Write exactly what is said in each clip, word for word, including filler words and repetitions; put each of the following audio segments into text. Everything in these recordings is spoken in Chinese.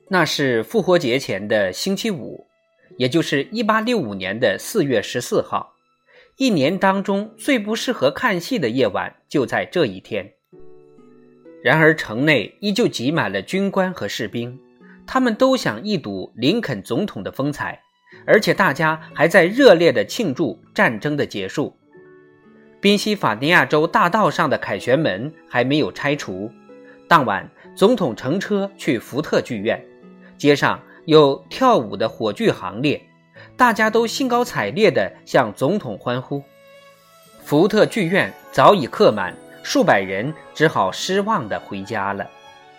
那是复活节前的星期五，也就是一八六五年的四月十四号。一年当中最不适合看戏的夜晚就在这一天。然而城内依旧挤满了军官和士兵，他们都想一睹林肯总统的风采，而且大家还在热烈地庆祝战争的结束。宾夕法尼亚州大道上的凯旋门还没有拆除，当晚总统乘车去福特剧院，街上有跳舞的火炬行列，大家都兴高采烈地向总统欢呼。福特剧院早已客满，数百人只好失望地回家了。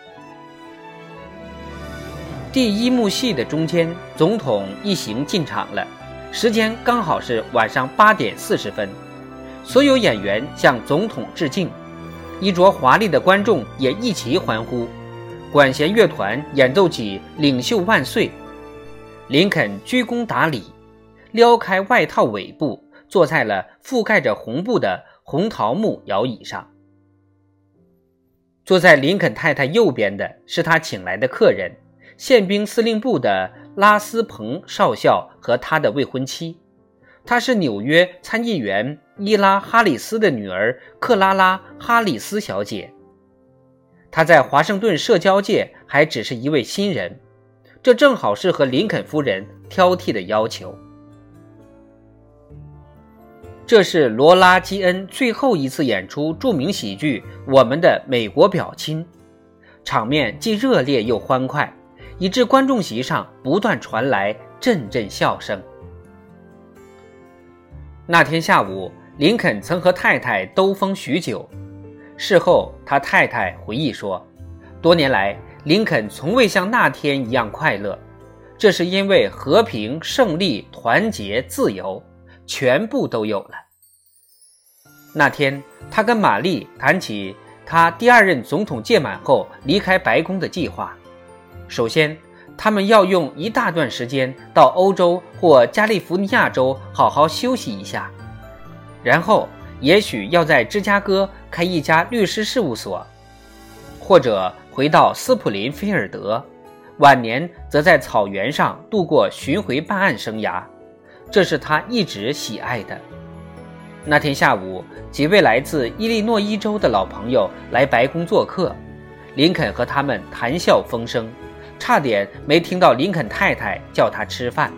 第一幕戏的中间，总统一行进场了，时间刚好是晚上八点四十分。所有演员向总统致敬，衣着华丽的观众也一齐欢呼。管弦乐团演奏起《领袖万岁》，林肯鞠躬打礼，撩开外套尾部，坐在了覆盖着红布的红桃木摇椅上。坐在林肯太太右边的是他请来的客人，宪兵司令部的拉斯彭少校和他的未婚妻。她是纽约参议员伊拉哈里斯的女儿克拉拉哈里斯小姐。她在华盛顿社交界还只是一位新人，这正好是和林肯夫人挑剔的要求。这是罗拉·基恩最后一次演出著名喜剧《我们的美国表亲》，场面既热烈又欢快，以致观众席上不断传来阵阵笑声。那天下午，林肯曾和太太兜风许久。事后他太太回忆说，多年来林肯从未像那天一样快乐，这是因为和平、胜利、团结、自由全部都有了。那天他跟玛丽谈起他第二任总统届满后离开白宫的计划。首先，他们要用一大段时间到欧洲或加利福尼亚州好好休息一下，然后也许要在芝加哥开一家律师事务所，或者回到斯普林菲尔德，晚年则在草原上度过巡回办案生涯，这是他一直喜爱的。那天下午，几位来自伊利诺伊州的老朋友来白宫做客，林肯和他们谈笑风生，差点没听到林肯太太叫他吃饭。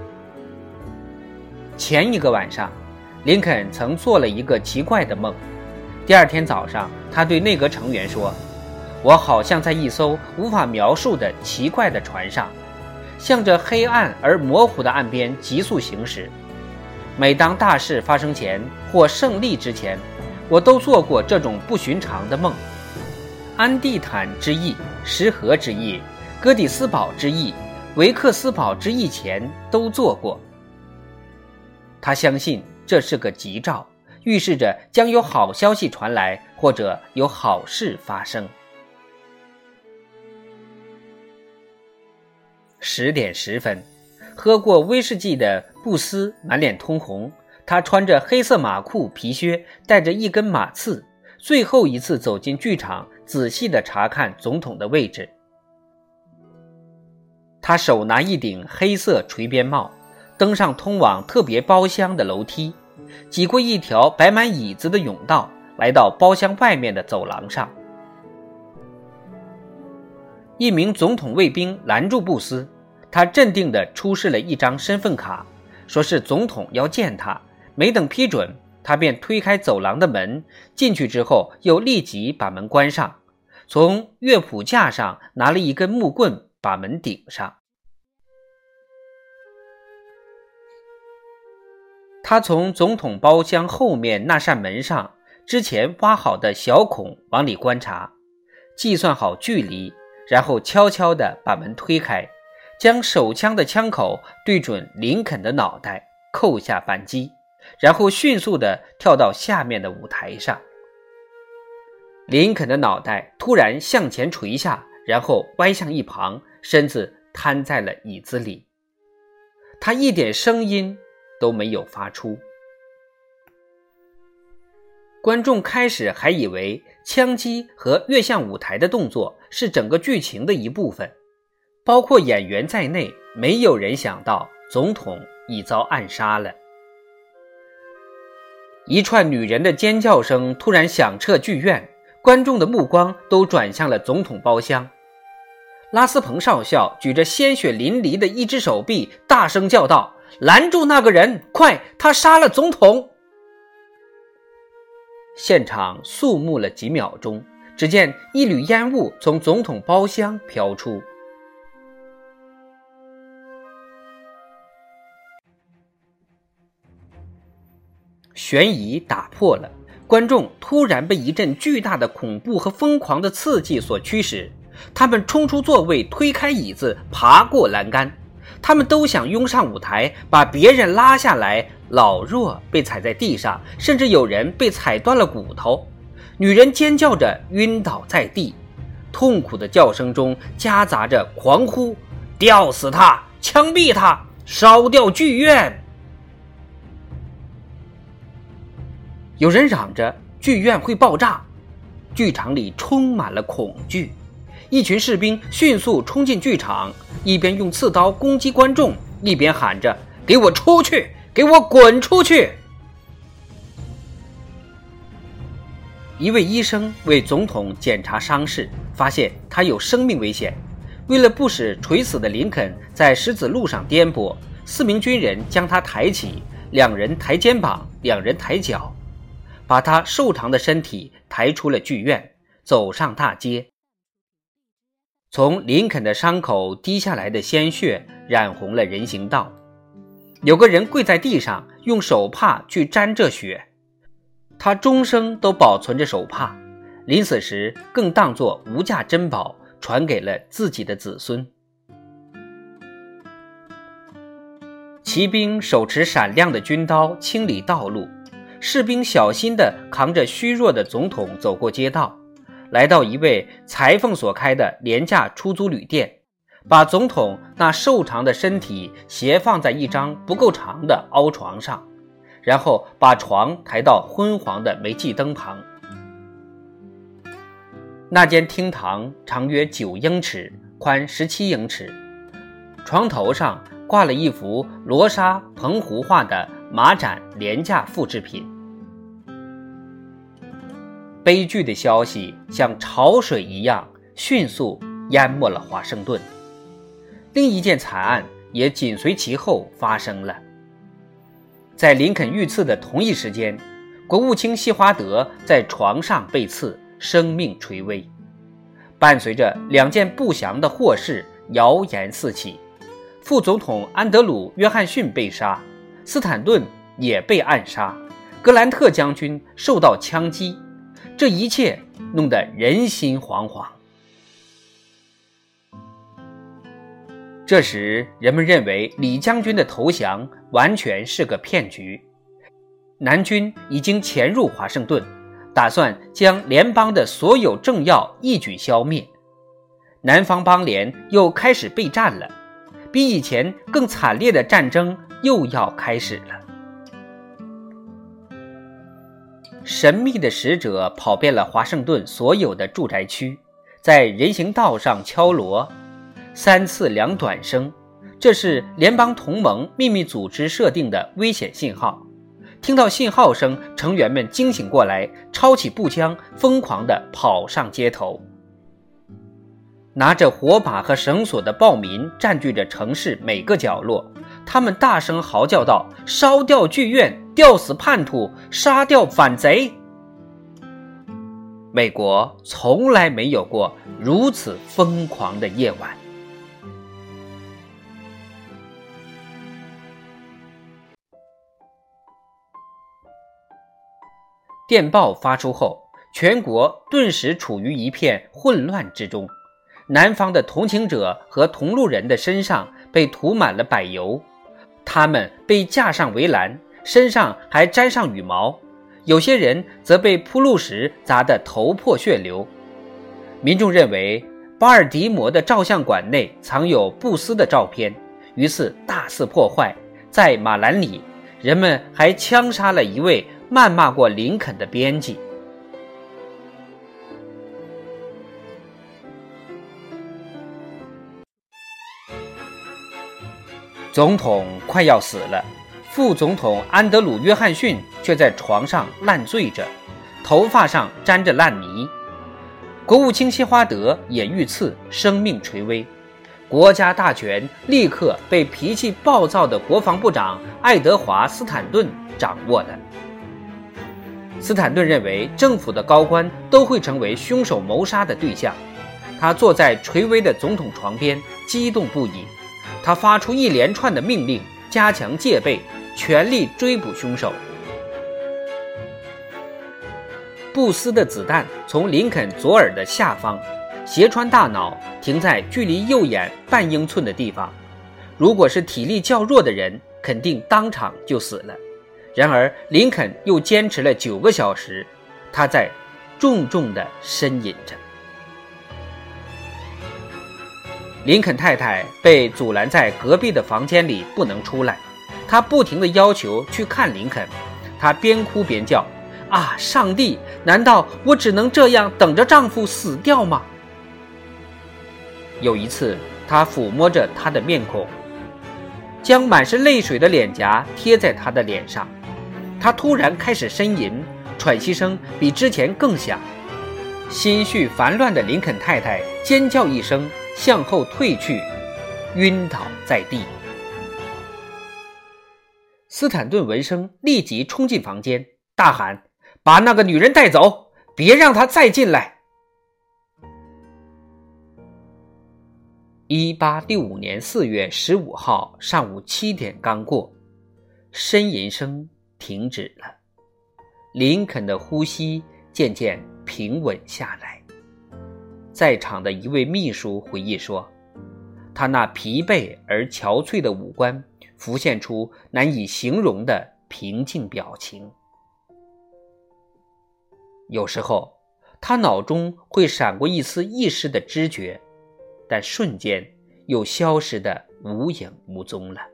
前一个晚上，林肯曾做了一个奇怪的梦。第二天早上，他对内阁成员说，我好像在一艘无法描述的奇怪的船上，向着黑暗而模糊的岸边急速行驶。每当大事发生前或胜利之前，我都做过这种不寻常的梦。安地坦之役、石河之役、哥底斯堡之役、维克斯堡之役前都做过。他相信这是个吉兆，预示着将有好消息传来，或者有好事发生。十点十分，喝过威士忌的布斯满脸通红，他穿着黑色马裤皮靴，带着一根马刺，最后一次走进剧场，仔细地查看总统的位置。他手拿一顶黑色垂边帽，登上通往特别包厢的楼梯，挤过一条摆满椅子的甬道，来到包厢外面的走廊上。一名总统卫兵拦住布斯，他镇定地出示了一张身份卡，说是总统要见他，没等批准，他便推开走廊的门，进去之后又立即把门关上，从乐谱架上拿了一根木棍把门顶上。他从总统包厢后面那扇门上之前挖好的小孔往里观察，计算好距离，然后悄悄地把门推开，将手枪的枪口对准林肯的脑袋，扣下扳机，然后迅速地跳到下面的舞台上。林肯的脑袋突然向前垂下，然后歪向一旁，身子瘫在了椅子里。他一点声音都没有发出。观众开始还以为枪击和跃向舞台的动作是整个剧情的一部分， 包括演员在内，没有人想到总统已遭暗杀了。一串女人的尖叫声突然响彻剧院，观众的目光都转向了总统包厢。拉斯彭少校举着鲜血淋漓的一只手臂，大声叫道：拦住那个人，快，他杀了总统！现场肃穆了几秒钟，只见一缕烟雾从总统包厢飘出。悬疑打破了，观众突然被一阵巨大的恐怖和疯狂的刺激所驱使，他们冲出座位，推开椅子，爬过栏杆，他们都想拥上舞台，把别人拉下来，老弱被踩在地上，甚至有人被踩断了骨头。女人尖叫着晕倒在地，痛苦的叫声中夹杂着狂呼：吊死他，枪毙他，烧掉剧院！有人嚷着剧院会爆炸，剧场里充满了恐惧。一群士兵迅速冲进剧场，一边用刺刀攻击观众，一边喊着：给我出去，给我滚出去！一位医生为总统检查伤势，发现他有生命危险。为了不使垂死的林肯在石子路上颠簸，四名军人将他抬起，两人抬肩膀，两人抬脚，把他瘦长的身体抬出了剧院，走上大街。从林肯的伤口滴下来的鲜血染红了人行道，有个人跪在地上，用手帕去沾这血，他终生都保存着手帕，临死时更当作无价珍宝传给了自己的子孙。骑兵手持闪亮的军刀清理道路，士兵小心地扛着虚弱的总统走过街道，来到一位裁缝所开的廉价出租旅店，把总统那瘦长的身体斜放在一张不够长的凹床上，然后把床抬到昏黄的煤气灯旁。那间厅堂长约九英尺，宽十七英尺，床头上挂了一幅罗莎澎湖画的马展廉价复制品。悲剧的消息像潮水一样迅速淹没了华盛顿，另一件惨案也紧随其后发生了。在林肯遇刺的同一时间，国务卿西华德在床上被刺，生命垂危。伴随着两件不祥的祸事，谣言四起，副总统安德鲁·约翰逊被杀，斯坦顿也被暗杀，格兰特将军受到枪击，这一切弄得人心惶惶。这时人们认为李将军的投降完全是个骗局，南军已经潜入华盛顿，打算将联邦的所有政要一举消灭。南方邦联又开始备战了，比以前更惨烈的战争又要开始了。神秘的使者跑遍了华盛顿所有的住宅区，在人行道上敲锣，三次两短声，这是联邦同盟秘密组织设定的危险信号。听到信号声，成员们惊醒过来，抄起步枪，疯狂地跑上街头。拿着火把和绳索的暴民占据着城市每个角落，他们大声嚎叫道：烧掉剧院，吊死叛徒，杀掉反贼！美国从来没有过如此疯狂的夜晚。电报发出后，全国顿时处于一片混乱之中。南方的同情者和同路人的身上被涂满了柏油，他们被架上围栏，身上还沾上羽毛，有些人则被铺路石砸得头破血流。民众认为巴尔的摩的照相馆内藏有布斯的照片，于是大肆破坏。在马兰里，人们还枪杀了一位谩骂过林肯的编辑。 总统快要死了，副总统安德鲁·约翰逊却在床上烂醉着，头发上沾着烂泥。国务卿谢华德也遇刺，生命垂危。国家大权立刻被脾气暴躁的国防部长爱德华·斯坦顿掌握了。斯坦顿认为政府的高官都会成为凶手谋杀的对象，他坐在垂危的总统床边，激动不已。他发出一连串的命令，加强戒备，全力追捕凶手。布斯的子弹从林肯左耳的下方斜穿大脑，停在距离右眼半英寸的地方。如果是体力较弱的人，肯定当场就死了。然而林肯又坚持了九个小时，他在重重地呻吟着。林肯太太被阻拦在隔壁的房间里，不能出来。她不停地要求去看林肯，她边哭边叫：啊，上帝，难道我只能这样等着丈夫死掉吗？有一次，她抚摸着他的面孔，将满是泪水的脸颊贴在他的脸上。她突然开始呻吟，喘息声比之前更响。心绪烦乱的林肯太太尖叫一声，向后退去，晕倒在地。斯坦顿闻声立即冲进房间，大喊：把那个女人带走，别让她再进来。一八六五年四月十五号上午七点刚过，呻吟声停止了，林肯的呼吸渐渐平稳下来。在场的一位秘书回忆说，他那疲惫而憔悴的五官浮现出难以形容的平静表情。有时候他脑中会闪过一丝意识的知觉，但瞬间又消失得无影无踪了。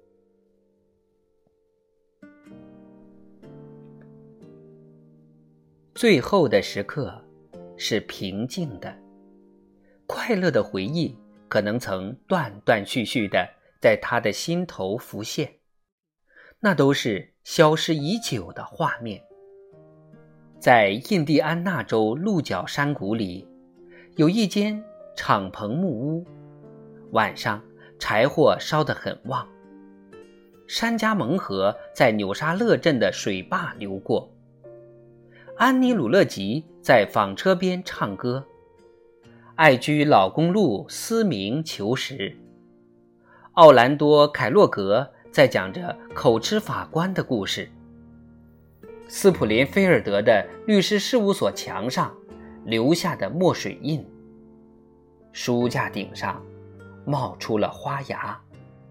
最后的时刻是平静的，快乐的回忆可能曾断断续续地在他的心头浮现，那都是消失已久的画面。在印第安纳州鹿角山谷里，有一间敞篷木屋，晚上柴火烧得很旺。山加蒙河在纽沙勒镇的水坝流过，安妮·鲁勒吉在纺车边唱歌，爱居老公路嘶鸣求食，奥兰多·凯洛格在讲着口吃法官的故事。斯普林菲尔德的律师事务所墙上留下的墨水印，书架顶上冒出了花芽。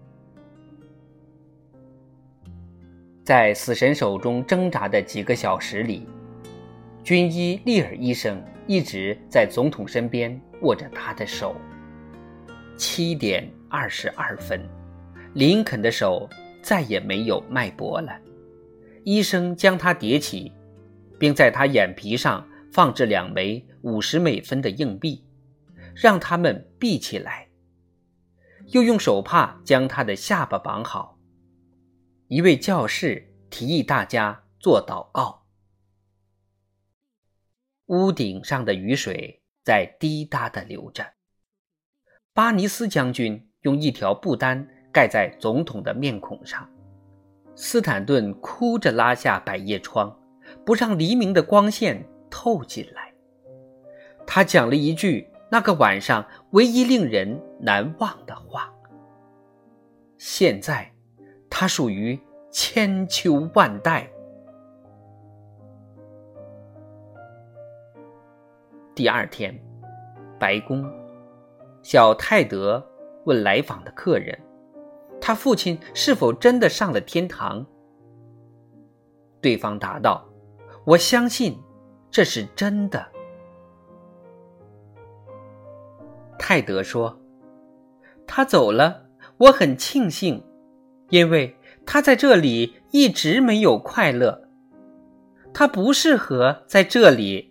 在死神手中挣扎的几个小时里，军医利尔医生一直在总统身边握着他的手。七点二十二分，林肯的手再也没有脉搏了。医生将他叠起，并在他眼皮上放置两枚五十美分的硬币，让他们闭起来，又用手帕将他的下巴绑好。一位教士提议大家做祷告。屋顶上的雨水在滴答地流着。巴尼斯将军用一条布单盖在总统的面孔上。斯坦顿哭着拉下百叶窗，不让黎明的光线透进来。他讲了一句那个晚上唯一令人难忘的话：现在他属于千秋万代。第二天，白宫，小泰德问来访的客人，他父亲是否真的上了天堂？对方答道：我相信这是真的。泰德说：他走了，我很庆幸，因为他在这里一直没有快乐，他不适合在这里